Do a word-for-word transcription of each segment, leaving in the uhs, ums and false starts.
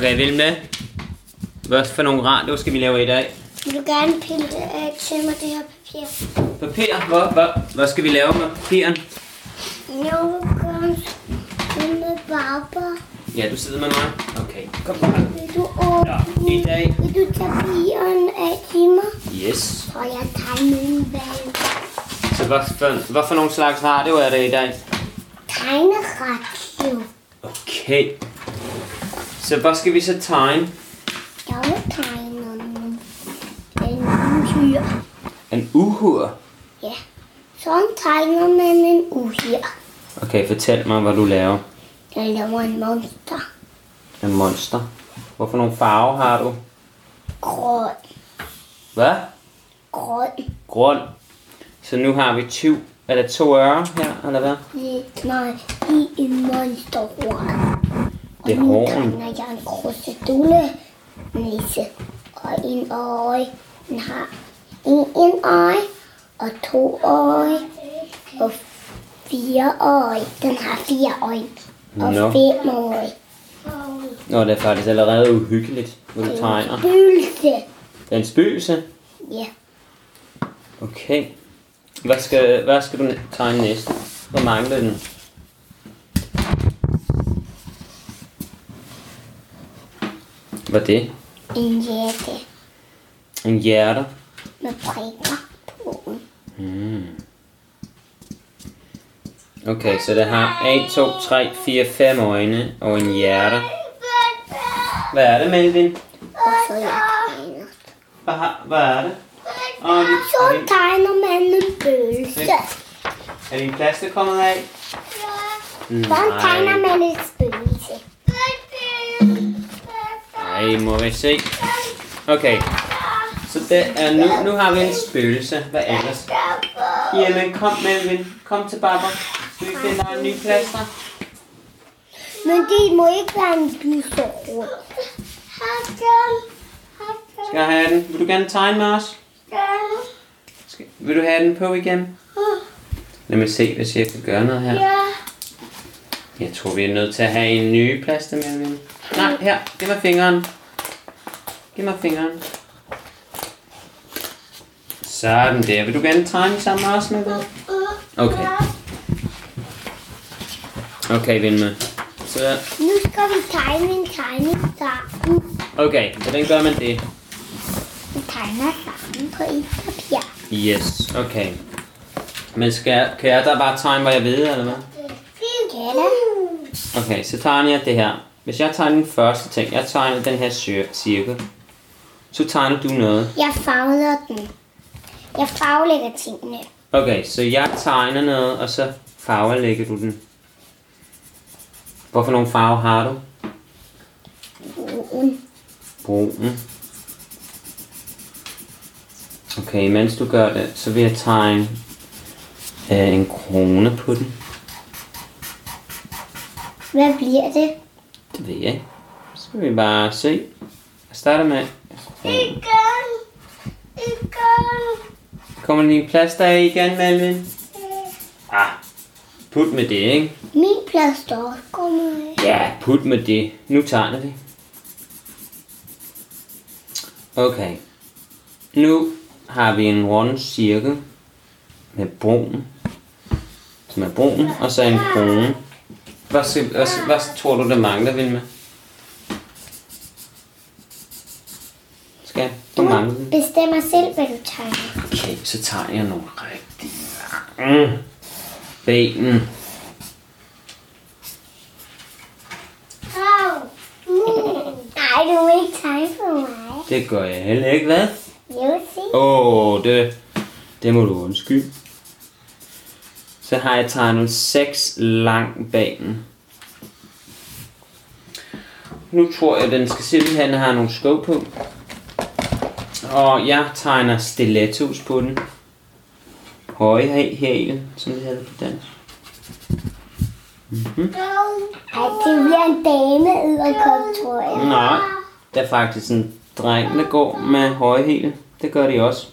Okay, vil med? Hvad for nogle radio skal vi lave i dag? Vil du gerne pille øh, til mig det her papir? Papir? Hvad, hvad, hvad skal vi lave med papiren? Jeg vil gerne sidde med Barbara. Ja, du sidder med mig. Okay, kom bare. Vil du åbne? Ja, i dag. Vil du tage papiren af til mig? Yes. Og jeg tegner en valg. Så hvad for, hvad for nogle slags radio er det i dag? Tegneradio. Okay. Så hvad skal vi så tegne? Jeg vil tegne en uhyr. En uhyr? Ja. Sådan tegner man en uhyr. Okay, fortæl mig, hvad du laver. Jeg laver en monster. En monster. Hvad for nogle farver har du? Grøn. Hvad? Grøn. Grøn. Så nu har vi to, er det to ører her, eller hvad? Nej, i en monsterhorn. Det er og nu horn. tegner jeg en krusedulle nisse. Og en øje. Den har en, en øje. Og to øje. Og fire øje. Den har fire øje. Og Nå. fem øje. Nå, det er faktisk allerede uhyggeligt, hvad du tegner. Spøgelse. Det er en spøgelse? Ja. Okay. Hvad skal, hvad skal du tegne næste? Hvor mangler den? Hvad er det? En hjerte. En hjerte? Med prikker på den. Mm. Okay, så det har en, to, tre, fire, fem øjne og en hjerte. Hvad er det, Melvin? Og så jeg tegner. Hvad, har- hvad er det? Oh, det Så er, din, tegner man en spøgelse. er din plaster kommet af? Sådan tegner man et spøgelse. Nej, må vi se. Okay, så det er nu, nu har vi en spøgelse. Hvad ellers? Jamen, kom Melvin. Kom til Barbara. Skal vi finde dig en ny plaster? Men det må ikke være en lyserød. Skal jeg have den? Vil du gerne tegne med os? Skal, vil du have den på igen? Lad mig se, hvis jeg kan gøre noget her. Jeg tror, vi er nødt til at have en ny plaster, Melvin. Nej, her. Giv mig fingeren. Giv mig fingeren. Sådan der. Vil du gerne tegne sammen med os, Melvin? Okay. Okay, Vilma. Så, Nu skal vi tegne en tegning sammen. okay, hvordan gør man det? Vi tegner sammen på et papir. Yes, okay. Men skal, kan jeg da bare tegne, hvad jeg ved, eller hvad? Ja da. Okay, så tegner jeg det her. Hvis jeg tegner den første ting, jeg tegner den her cir- cirkel, så tegner du noget. Jeg farver den. Jeg farvelægger tingene. Okay, så jeg tegner noget, og så farvelægger du den. Hvorfor nogle farver har du? Brun. Brun. Okay, mens du gør det, så vil jeg tegne øh, en krone på den. Hvad bliver det? Det ved jeg ikke. Så skal vi bare se. Jeg starter med... Igen. Igen. Kommer din plaster af igen, Melvin? Ah, put med det, ikke? Min plaster også kommer af. Ja, put med det. Nu tegner vi. Okay. Nu har vi en rund cirkel med brun. Som er brun, og så en krone. Hvad, skal, hvad, hvad tror du, der mangler, Vilma? Skal Du du må mangler den? bestemme selv, hvad du tegner. Okay, så tager jeg nogle rigtig lange ben. Nej, du må ikke tegne for mig. Det gør jeg heller ikke, hvad? Jeg vil se. Åh, oh, det, det må du undskylde. Så har jeg tegnet seks lang banen. Nu tror jeg, at den skal simpelthen have nogle sko på. Og jeg tegner stilettos på den. Høje hæl, som det hedder på dansk. Mm-hmm. Ej, det bliver en dame edderkop, tror jeg. Nej, der er faktisk en dreng, der går med høje hæle. Det gør de også.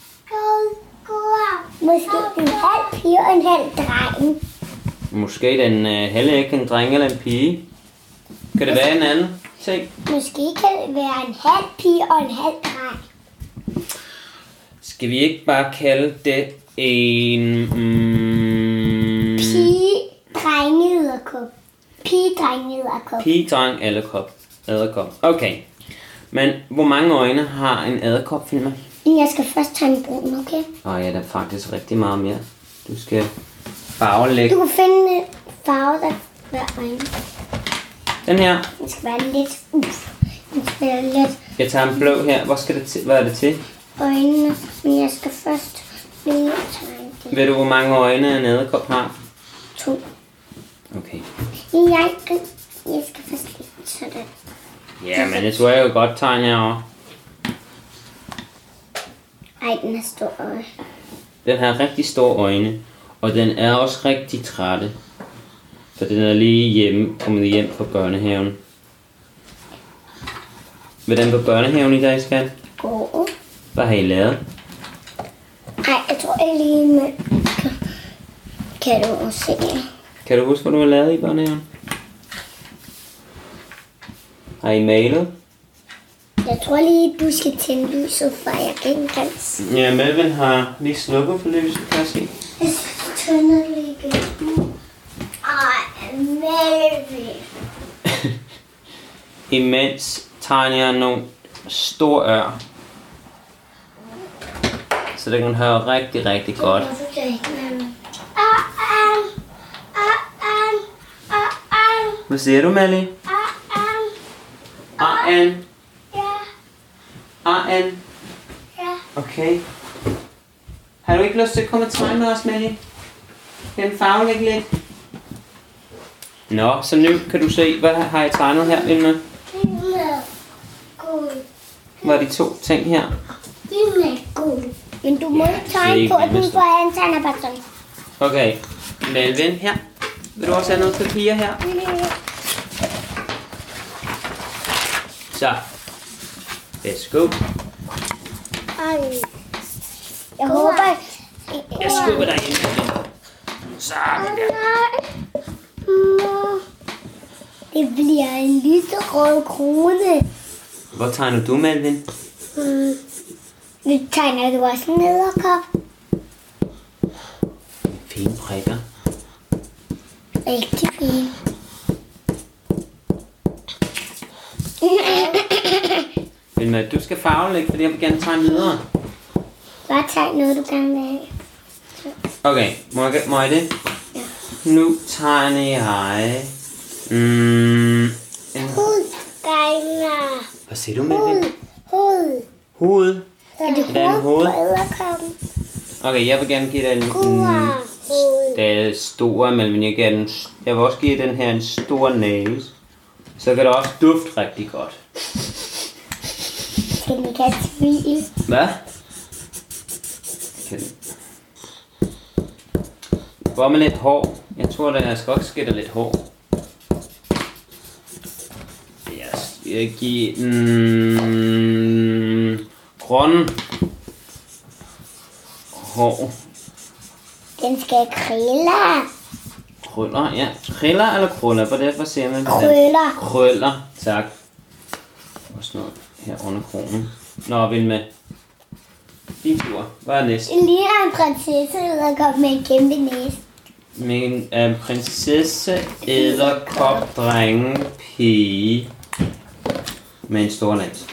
Måske en halv pige og en halv dreng. Måske den øh, heller ikke en dreng eller en pige. Kan det være en anden? ting. Måske kan det være en halv pige og en halv dreng. Skal vi ikke bare kalde det en... Mm, Pige, drenge, edderkop. Pige, drenge, edderkop. Pige, dreng, edderkop. Edderkop. Okay. Men hvor mange øjne har en edderkop, Vilma? Jeg skal først tage en brun, okay? Åh ja, der er faktisk rigtig meget mere. Du skal farvelægge. Du kan finde en farve, der hver øjne. Den her. Den skal være lidt... Uff. Den skal være lidt... Jeg tager en blå her. Hvor skal det til? Hvad er det til? Øjnene. Men jeg skal først lige tegne det. Ved du, hvor mange øjne en edderkop har? To. Okay. Jeg, jeg skal først lige sådan. Ja, men det tror jeg jo godt tegne herovre. Ej, den er stor øje. Den har rigtig store øjne. Og den er også rigtig trætte. For den er lige hjemme, kommet hjem fra børnehaven. Hvordan på børnehaven i dag, skat? God. Hvad har I lavet? Ej, jeg tror ikke lige med... Kan du også se? Kan du huske, hvad du har lavet i børnehaven? Har I malet? Jeg tror lige, du skal tænde lyset, for jeg kan ikke engang se. Ja, Melvin har lige slukket for lyset, kan jeg se. Jeg tænder lige igen. Ej, Melvin. Imens tegner jeg nogle store ør. Så det kan høre rigtig, rigtig godt. Hvad siger du, Mally? An. An. Okay. Har du ikke lyst til at komme og tegne med os, Mally? Kan den farvelægge lidt? Nå, så nu kan du se, hvad har jeg tegnet her, Vilma? Hvad er de to ting her? Men du må ikke tegne på den, for han tegner bare sådan. Okay, Melvin her. Vil du også have noget papir her? Så. Let's go. Ej. Jeg håber... Jeg skubber dig ind. Sådan der. Det bliver en lyserød krone. Hvor tegner du, Melvin? Mm. Nu tegner du også en edderkop. Fine prikker. Rigtig fine. Men du skal farvelægge, fordi jeg vil gerne tegne videre. Bare tag noget, du gerne vil have. Okay, må jeg, må jeg det? Ja. Nu tegner jeg... Mm, en... Hud, Geiner. Hvad siger du, Melvin? Hud. Hoved. Er det Hvordan hoved hoved? på edderkoppen? Okay, jeg vil gerne give den en... Hud. Det er store, Melvin. Jeg, giver den, jeg vil også give den her en stor næse. Så kan det også dufte rigtig godt. Skal den kan smil? Hvad? Kan den... Hvor med lidt hår? Jeg tror, at jeg skal også skætte lidt hår. Jeg skal give den... grøn hår. Den skal krille. Krøller, ja. Kriller eller krøller? På derfor ser man det. Krøller. Krøller, tak. Også noget her under kronen. Nå, vil med. Din tur. Hvad er næste? Det ligner en prinsesse edderkop med en kæmpe næse. Min øh, prinsesse, edderkop, drenge, pige med en stor næse.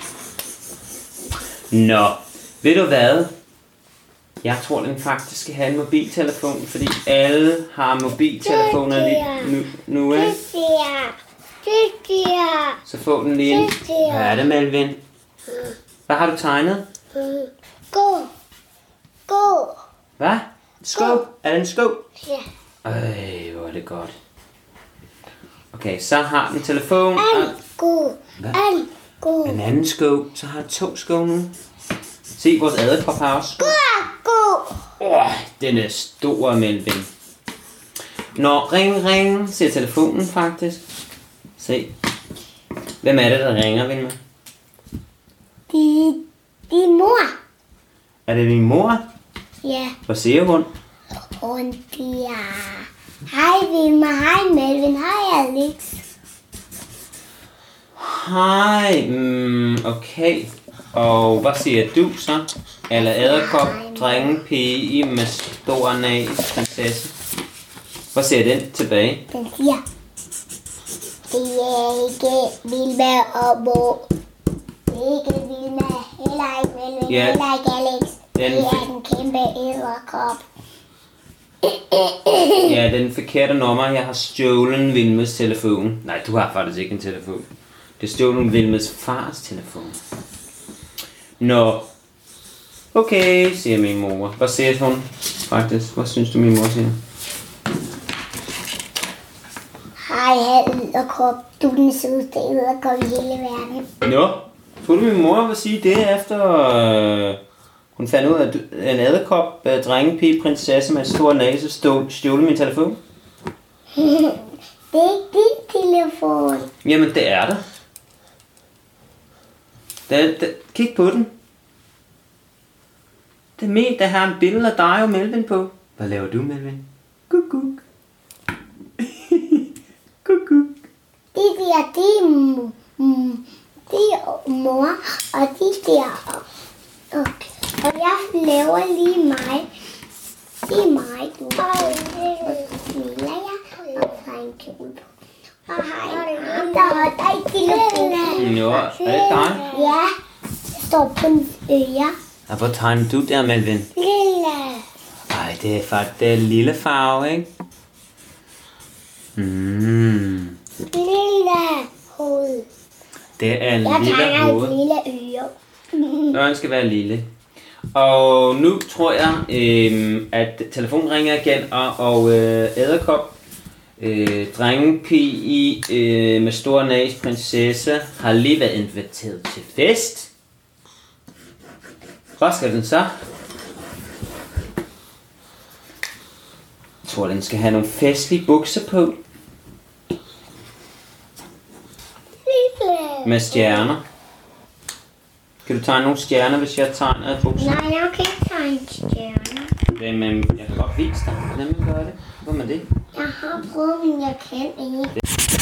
Nå, ved du hvad? Jeg tror, den faktisk skal have en mobiltelefon, fordi alle har mobiltelefoner lige nu, nu ikke? Det siger. Det siger. Så få den lige. Hvad er det, Melvin? Hvad har du tegnet? Gå. Gå. Hvad? Sko? Er det en sko? Ja. Ej, hvor er det godt. Okay, så har den telefon. An. Gå. An. Gå. En anden sko. Så har jeg to sko nu. Se, vores edderkop har også sko. Gå. Oh, den er stor, Melvin. Nå, ring, ring, siger telefonen faktisk. Se. Hvem er det, der ringer, Vilma? Det din mor. Er det din mor? Ja. Hvad siger hun? Hun siger, hej Vilma, hej Melvin, hej Alex. Hej, mm, okay. Og hvad siger du så? Eller æderkop, drenge, pige med stor næs, prinsesse. Hvad siger den tilbage? Den siger, det er ikke Vilma og Bo. Det er ikke Vilma, heller ikke Melvin, Ja. heller ikke Alex. Den Det er fik- den kæmpe æderkop. Ja, det er den forkerte nummer. Jeg har stjålet Vilmes telefon. Nej, du har faktisk ikke en telefon. Det er stjålet Vilmes fars telefon. Nå. Okay, siger min mor. Hvad siger hun faktisk? Hvad synes du, min mor siger? Hej, æderkop. Du er den sødeste æderkop i hele verden. Nå, tror du, min mor vil sige det efter... Øh, hun fandt ud af, at du- en æderkop, øh, drengepige, prinsesse med en stor næse, stod, stjålet min telefon? Det er ikke din telefon. Jamen, det er det. det, det kig på den. Det er min, der har en billede af dig og Melvin på. Hvad laver du, Melvin? Kuk, kuk. Kuk, kuk. Det der, det er, m- m- det er mor, og det der. Okay. Og jeg laver lige mig. Det er mig, du. Og så smiler jeg, og har en kjole på. Og har en arm, der holder i telefonen. Nå, er det dig? Ja, det står på en øre. Og hvor tegner du der, Melvin? Lille. Ej, det er faktisk det er lille farve, ikke? Mm. Lille hoved. Det er en Jeg lille tegner hoved. et lille øre. Øren skal være lille. Og nu tror jeg, øh, at telefonen ringer igen, og, og øh, æderkop, øh, drengepige øh, med stor næs, prinsesse, har lige været inviteret til fest. Hvad skal den så? Jeg tror, den skal have nogle festlige bukser på. Lille. Med stjerner. Kan du tegne nogle stjerner, hvis jeg tegner et bukser? Nej, jeg kan ikke tegne stjerner. Jamen, jeg kan godt vise dig, hvordan man gør det. Hvad med det? Jeg har prøvet, men jeg kan ikke.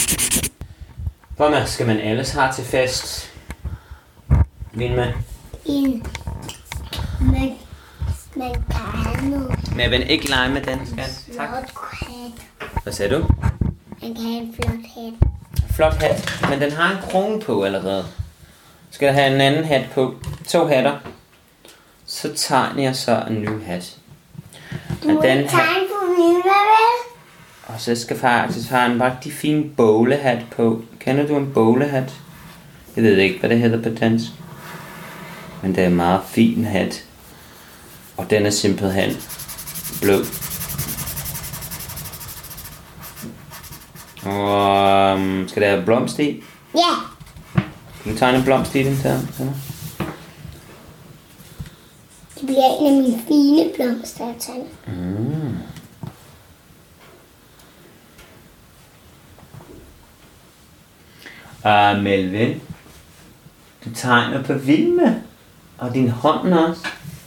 Hvad skal man ellers have til fest? Vilma? En. Man, man kan have noget Men jeg vil ikke lege med den, skat. Tak. flot hat. Hvad sagde du? Man kan have en flot hat. Flot hat. Men den har en krone på allerede. Skal jeg have en anden hat på? To hatter. Så tegner jeg så en ny hat. Du Og må den ikke hat. tegne på min, vel? Og så skal faktisk have en rigtig fin bowlehat på. Kender du en bowlehat? Jeg ved ikke, hvad det hedder på dansk. Men det er en meget fin hat. Og den er simpelthen blød. Og um, skal der have blomst i? Ja. Kan du tegne en blomst i den der? Det bliver en af mine fine blomster, jeg tegner. Mm. Uh, Melvin, du tegner på Vilma. Og din hånd også.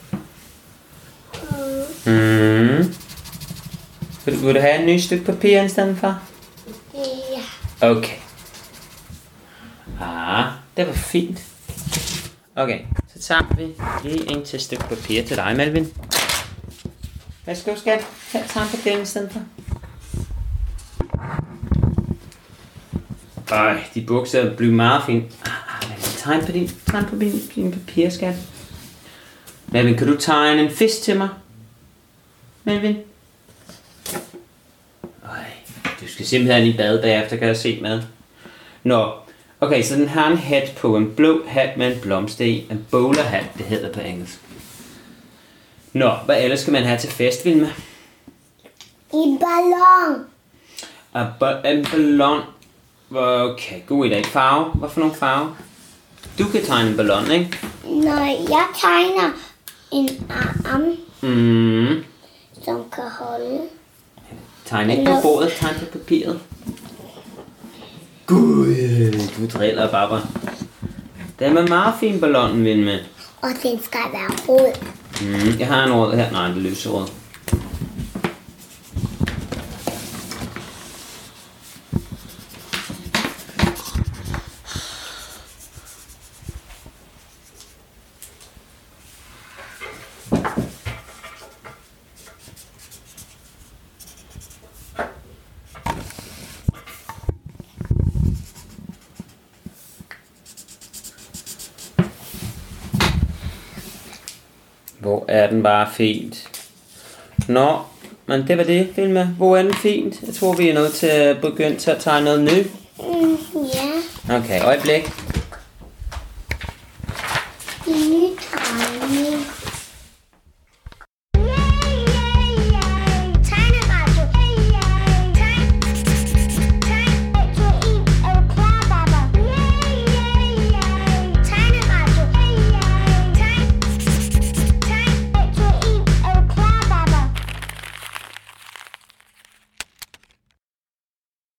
Mm. Vil, vil du have et nyt stykke papir i stedet for? Ja. Okay. Ah, det var fint. Okay, så tager vi lige en til stykke papir til dig, Melvin. Værsgo, skat. Her, tag på den i stedet for. Ej, de bukser blev meget fine. Ah, Melvin, tegn på din, tegn på din, din papir, skat. Melvin, kan du tegne en fisk til mig? Melvin? Ej, du skal simpelthen i bad bagefter, kan jeg se med. Nå, okay, så den har en hat på. En blå hat med en blomst i. En bowlerhat, det hedder på engelsk. Nå, hvad ellers skal man have til fest, Vilma? En ballon. En, ba- en ballon. Okay, god idé. Farve. Hvad for nogle farve? Du kan tegne en ballon, ikke? Når jeg tegner en arm, Mm. som kan holde. Tegn ikke på bordet, tegn på papiret. Gud, du driller, Baba. Den er meget fin ballonen, Vilma. Og den skal være rød. Mm, jeg har en rød her. Nej, det er lyserød. er den bare fint. Nå, men det var det, Vilma. Hvor er den fint? Jeg tror, vi er nødt til at begynde til at tegne noget nyt. Mm, ja. Okay, øjeblik.